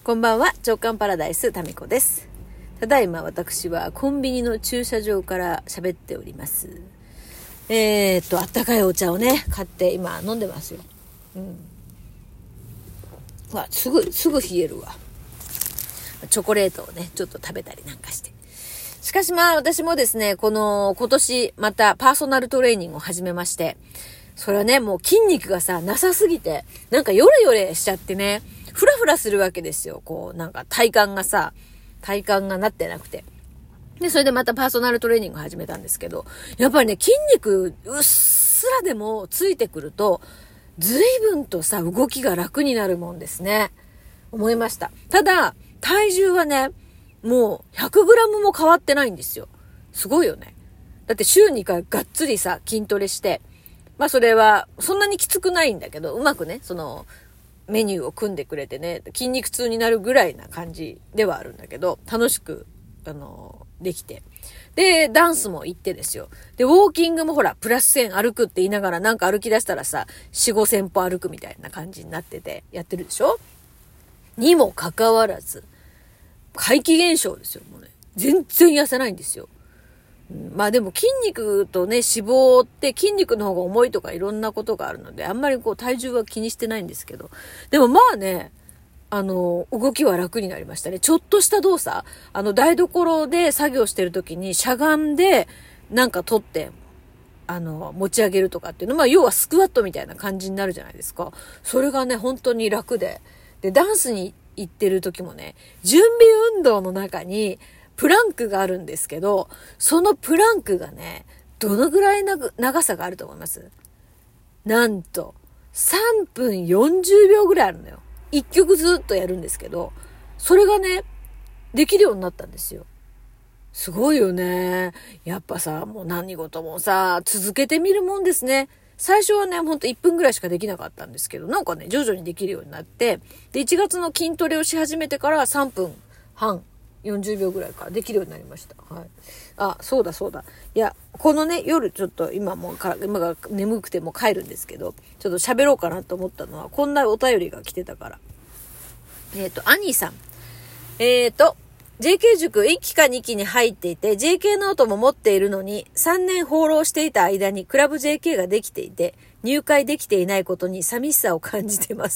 こんばんは、直感パラダイスタミコです。ただいま私はコンビニの駐車場から喋っております。あったかいお茶をね買って今飲んでますよ。すぐ冷えるわ。チョコレートをねちょっと食べたりなんかして。しかし私もですね、今年またパーソナルトレーニングを始めまして、それはねもう筋肉がなさすぎてなんかヨレヨレしちゃってね、フラフラするわけですよ。なんか体幹がなってなくて。で、それでまたパーソナルトレーニング始めたんですけど、やっぱりね、筋肉うっすらでもついてくると、随分と動きが楽になるもんですね。思いました。ただ、体重はね、もう 100g も変わってないんですよ。すごいよね。だって週2回がっつり筋トレして、それはそんなにきつくないんだけど、うまくね、メニューを組んでくれてね、筋肉痛になるぐらいな感じではあるんだけど、楽しく、できて。で、ダンスも行ってですよ。で、ウォーキングもプラス1000歩くって言いながらなんか歩き出したら4、5000歩歩くみたいな感じになってて、やってるでしょ？にもかかわらず、怪奇現象ですよ、もうね。全然痩せないんですよ。でも筋肉とね、脂肪って筋肉の方が重いとかいろんなことがあるので、あんまり体重は気にしてないんですけど、でもね、動きは楽になりましたね。ちょっとした動作、台所で作業してる時にしゃがんでなんか取って、持ち上げるとかっていうの、要はスクワットみたいな感じになるじゃないですか。それがね、本当に楽で。で、ダンスに行ってる時もね、準備運動の中に、プランクがあるんですけど、そのプランクがね、どのぐらい長さがあると思います？なんと、3分40秒ぐらいあるのよ。1曲ずっとやるんですけど、それがね、できるようになったんですよ。すごいよね。やっぱもう何事も続けてみるもんですね。最初はね、ほんと1分ぐらいしかできなかったんですけど、なんかね、徐々にできるようになって、で、1月の筋トレをし始めてから3分半、40秒ぐらいからできるようになりました。はい。そうだ。いや、このね、夜ちょっと今が眠くてもう帰るんですけど、ちょっと喋ろうかなと思ったのは、こんなお便りが来てたから。アニーさん。JK 塾1期か2期に入っていて、JK ノートも持っているのに、3年放浪していた間にクラブ JK ができていて、入会できていないことに寂しさを感じてます。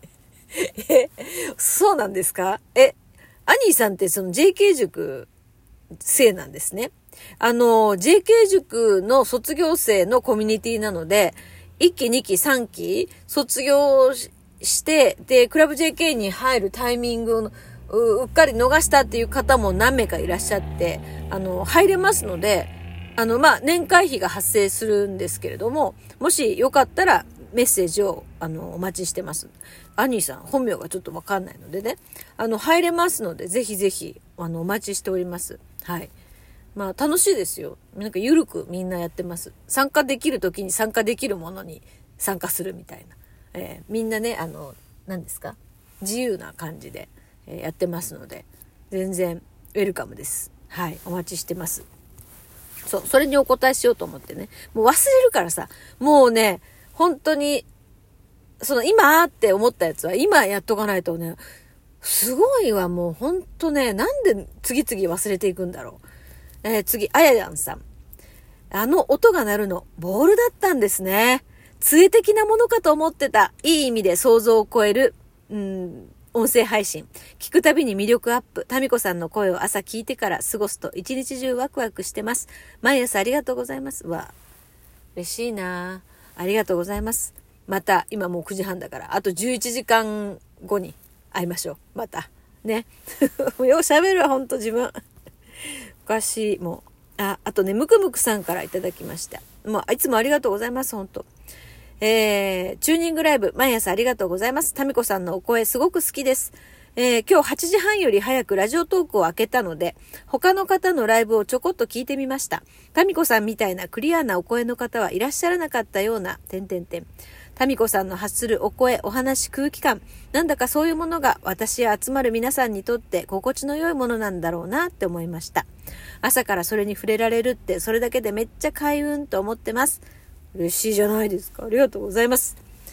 そうなんですか？アニーさんってJK 塾生なんですね。JK 塾の卒業生のコミュニティなので、1期、2期、3期卒業して、で、クラブ JK に入るタイミングをうっかり逃したっていう方も何名かいらっしゃって、入れますので、年会費が発生するんですけれども、もしよかったらメッセージを、お待ちしてます。アニーさん、本名がちょっとわかんないのでね、入れますので、ぜひぜひ、お待ちしております。はい。楽しいですよ。なんかゆるくみんなやってます。参加できる時に参加できるものに参加するみたいな。みんなね、何ですか？自由な感じで、やってますので、全然ウェルカムです。はい、お待ちしてます。それにお答えしようと思ってね。もう忘れるからもうね、本当に、今って思ったやつは今やっとかないとね、すごいわ、もう本当ね、なんで次々忘れていくんだろう。次、あややんさん。音が鳴るの、ボールだったんですね。杖的なものかと思ってた。いい意味で想像を超える、音声配信。聞くたびに魅力アップ。タミコさんの声を朝聞いてから過ごすと一日中ワクワクしてます。毎朝ありがとうございます。嬉しいな。ありがとうございます。また、今もう9時半だから、あと11時間後に会いましょう。また。ね。よう喋るわ、ほんと自分。おかしい、もう。あとね、むくむくさんからいただきました。いつもありがとうございます、ほんと。チューニングライブ、毎朝ありがとうございます。タミコさんのお声すごく好きです。今日8時半より早くラジオトークを開けたので、他の方のライブをちょこっと聞いてみました。タミコさんみたいなクリアなお声の方はいらっしゃらなかったような、タミコさんの発するお声、お話、空気感、なんだかそういうものが私や集まる皆さんにとって心地の良いものなんだろうなって思いました。朝からそれに触れられるってそれだけでめっちゃ開運と思ってます。嬉しいじゃないですか。ありがとうございます。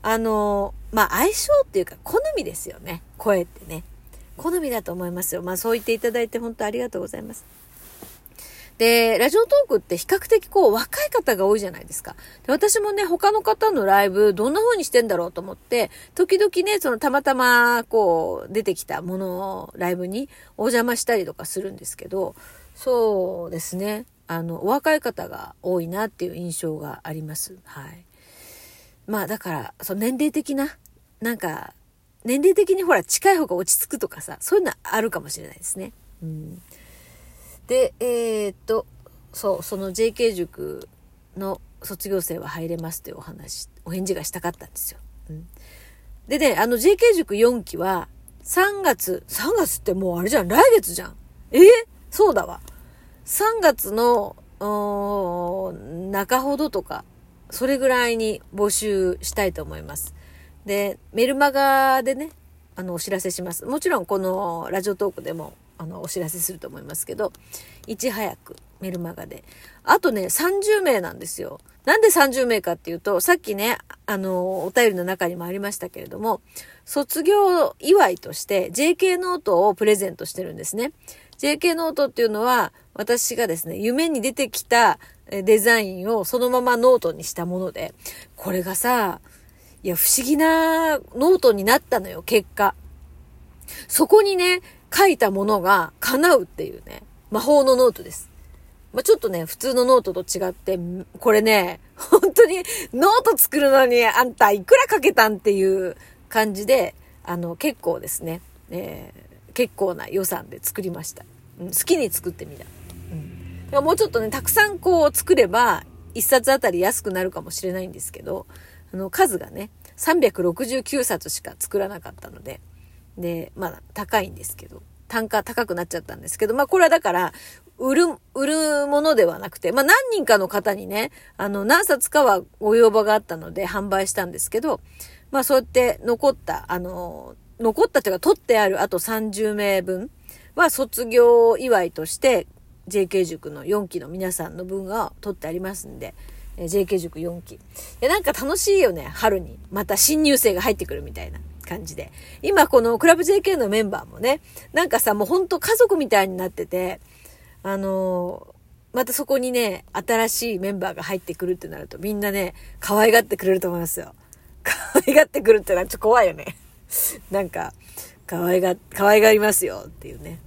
相性っていうか好みですよね。声ってね。好みだと思いますよ。そう言っていただいて本当ありがとうございます。で、ラジオトークって比較的若い方が多いじゃないですか。で、私もね、他の方のライブどんな風にしてんだろうと思って、時々ね、たまたま出てきたものをライブにお邪魔したりとかするんですけど、そうですね。お若い方が多いなっていう印象があります。はい。だから、年齢的な、年齢的に近い方が落ち着くとかさ、そういうのあるかもしれないですね。うん。で、その JK 塾の卒業生は入れますというお返事がしたかったんですよ。うん。でね、JK 塾4期は3月ってもうあれじゃん、来月じゃん。そうだわ。3月の、中ほどとか、それぐらいに募集したいと思います。で、メルマガでね、お知らせします。もちろんこのラジオトークでも、お知らせすると思いますけど、いち早くメルマガで。あとね、30名なんですよ。なんで30名かっていうと、さっきね、お便りの中にもありましたけれども、卒業祝いとして JK ノートをプレゼントしてるんですね。JK ノートっていうのは、私がですね、夢に出てきたデザインをそのままノートにしたもので、これがさ、不思議なノートになったのよ、結果。そこにね、書いたものが叶うっていうね、魔法のノートです。ちょっとね、普通のノートと違って、これね、本当にノート作るのにあんたいくらかけたんっていう感じで、結構ですね、結構な予算で作りました。好きに作ってみた。もうちょっとね、たくさん作れば、一冊あたり安くなるかもしれないんですけど、数がね、369冊しか作らなかったので、で、高いんですけど、単価高くなっちゃったんですけど、これはだから、売るものではなくて、何人かの方にね、何冊かはご要望があったので販売したんですけど、そうやって残ったというか取ってあるあと30名分は卒業祝いとして、JK 塾の4期の皆さんの分が取ってありますんで、JK 塾4期。楽しいよね、春に。また新入生が入ってくるみたいな感じで。今このクラブ JK のメンバーもね、もうほんと家族みたいになってて、またそこにね、新しいメンバーが入ってくるってなるとみんなね、可愛がってくれると思いますよ。可愛がってくるってのはちょっと怖いよね。可愛がりますよっていうね。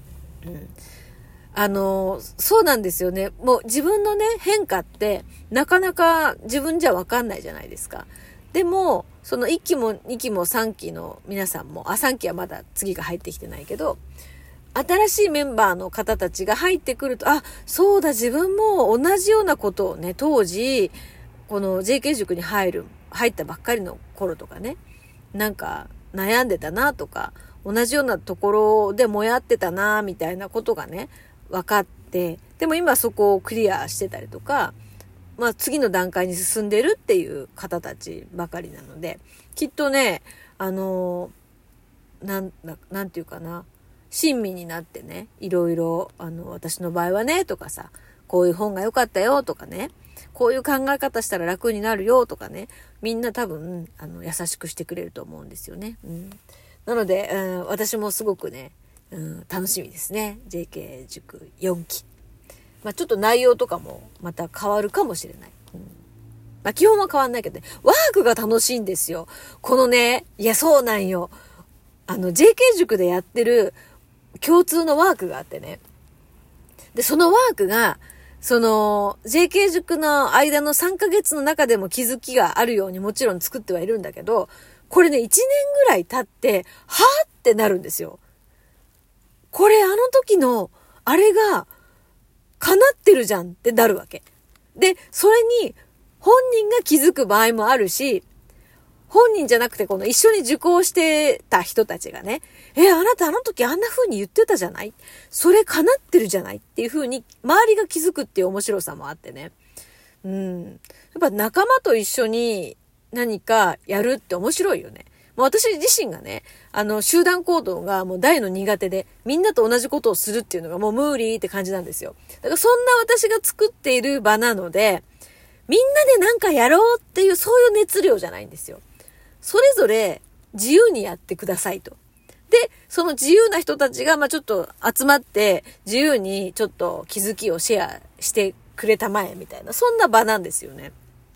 そうなんですよね。もう自分のね、変化ってなかなか自分じゃわかんないじゃないですか。でも、その1期も2期も3期の皆さんも、3期はまだ次が入ってきてないけど、新しいメンバーの方たちが入ってくると、そうだ、自分も同じようなことをね、当時、この JK 塾に入ったばっかりの頃とかね、悩んでたなとか、同じようなところでもやってたなみたいなことがね、分かって、でも今そこをクリアしてたりとか、次の段階に進んでるっていう方たちばかりなので、きっとね、なんていうかな、親身になってね、いろいろ、私の場合はね、とかさ、こういう本が良かったよとかね、こういう考え方したら楽になるよとかね、みんな多分、優しくしてくれると思うんですよね。なので、私もすごくね、楽しみですね。JK 塾4期。ちょっと内容とかもまた変わるかもしれない。基本は変わんないけどね、ワークが楽しいんですよ。このね、そうなんよ。JK 塾でやってる共通のワークがあってね。で、そのワークが、JK 塾の間の3ヶ月の中でも気づきがあるようにもちろん作ってはいるんだけど、これね、1年ぐらい経って、はぁってなるんですよ。これ時の、あれが、叶ってるじゃんってなるわけ。で、それに、本人が気づく場合もあるし、本人じゃなくて一緒に受講してた人たちがね、あなた時あんな風に言ってたじゃない？それ叶ってるじゃない？っていう風に、周りが気づくっていう面白さもあってね。やっぱ仲間と一緒に何かやるって面白いよね。もう私自身がね、集団行動がもう大の苦手で、みんなと同じことをするっていうのがもう無理って感じなんですよ。だからそんな私が作っている場なので、みんなでなんかやろうっていうそういう熱量じゃないんですよ。 それぞれ自由にやってくださいと。で、その自由な人たちが、ちょっと集まって、自由にちょっと気づきをシェアしてくれたまえみたいな、そんな場なんですよね。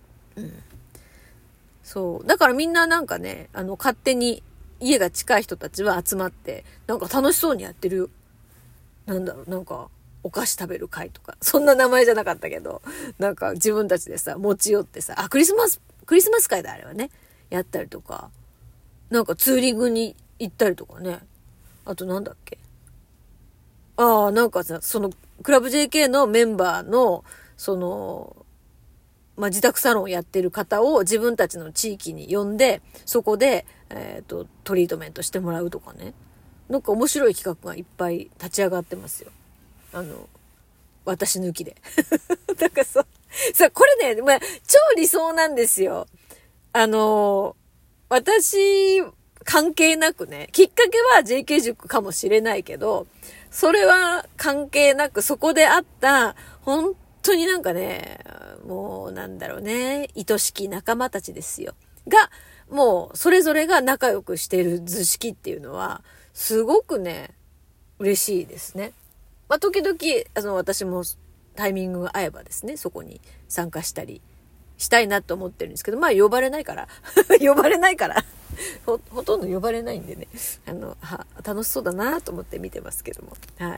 そう。だからみんななんかね、勝手に家が近い人たちは集まって、なんか楽しそうにやってる。なんだろう、なんか、お菓子食べる会とか。そんな名前じゃなかったけど、なんか自分たちでさ、持ち寄ってさ、クリスマス会だ、あれはね。やったりとか。なんかツーリングに行ったりとかね。あとなんだっけ。なんかさ、その、クラブ JK のメンバーの、自宅サロンをやってる方を自分たちの地域に呼んで、そこで、トリートメントしてもらうとかね。なんか面白い企画がいっぱい立ち上がってますよ。私抜きで。なんかさ、これね、超理想なんですよ。私、関係なくね、きっかけは JK 塾かもしれないけど、それは関係なく、そこであった、本当になんかね、もうなんだろうね、愛しき仲間たちですよ。が、もうそれぞれが仲良くしている図式っていうのは、すごくね、嬉しいですね。時々、私もタイミングが合えばですね、そこに参加したりしたいなと思ってるんですけど、呼ばれないから、呼ばれないから、ほとんど呼ばれないんでね、楽しそうだなと思って見てますけども。はい。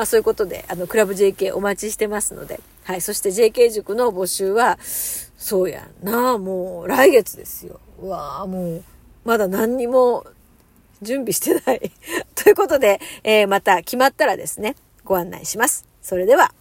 そういうことで、クラブ JK お待ちしてますので、はい。そして JK 塾の募集は、そうやな、もう来月ですよ。うわぁ、もう、まだ何にも準備してない。ということで、また決まったらですね、ご案内します。それでは。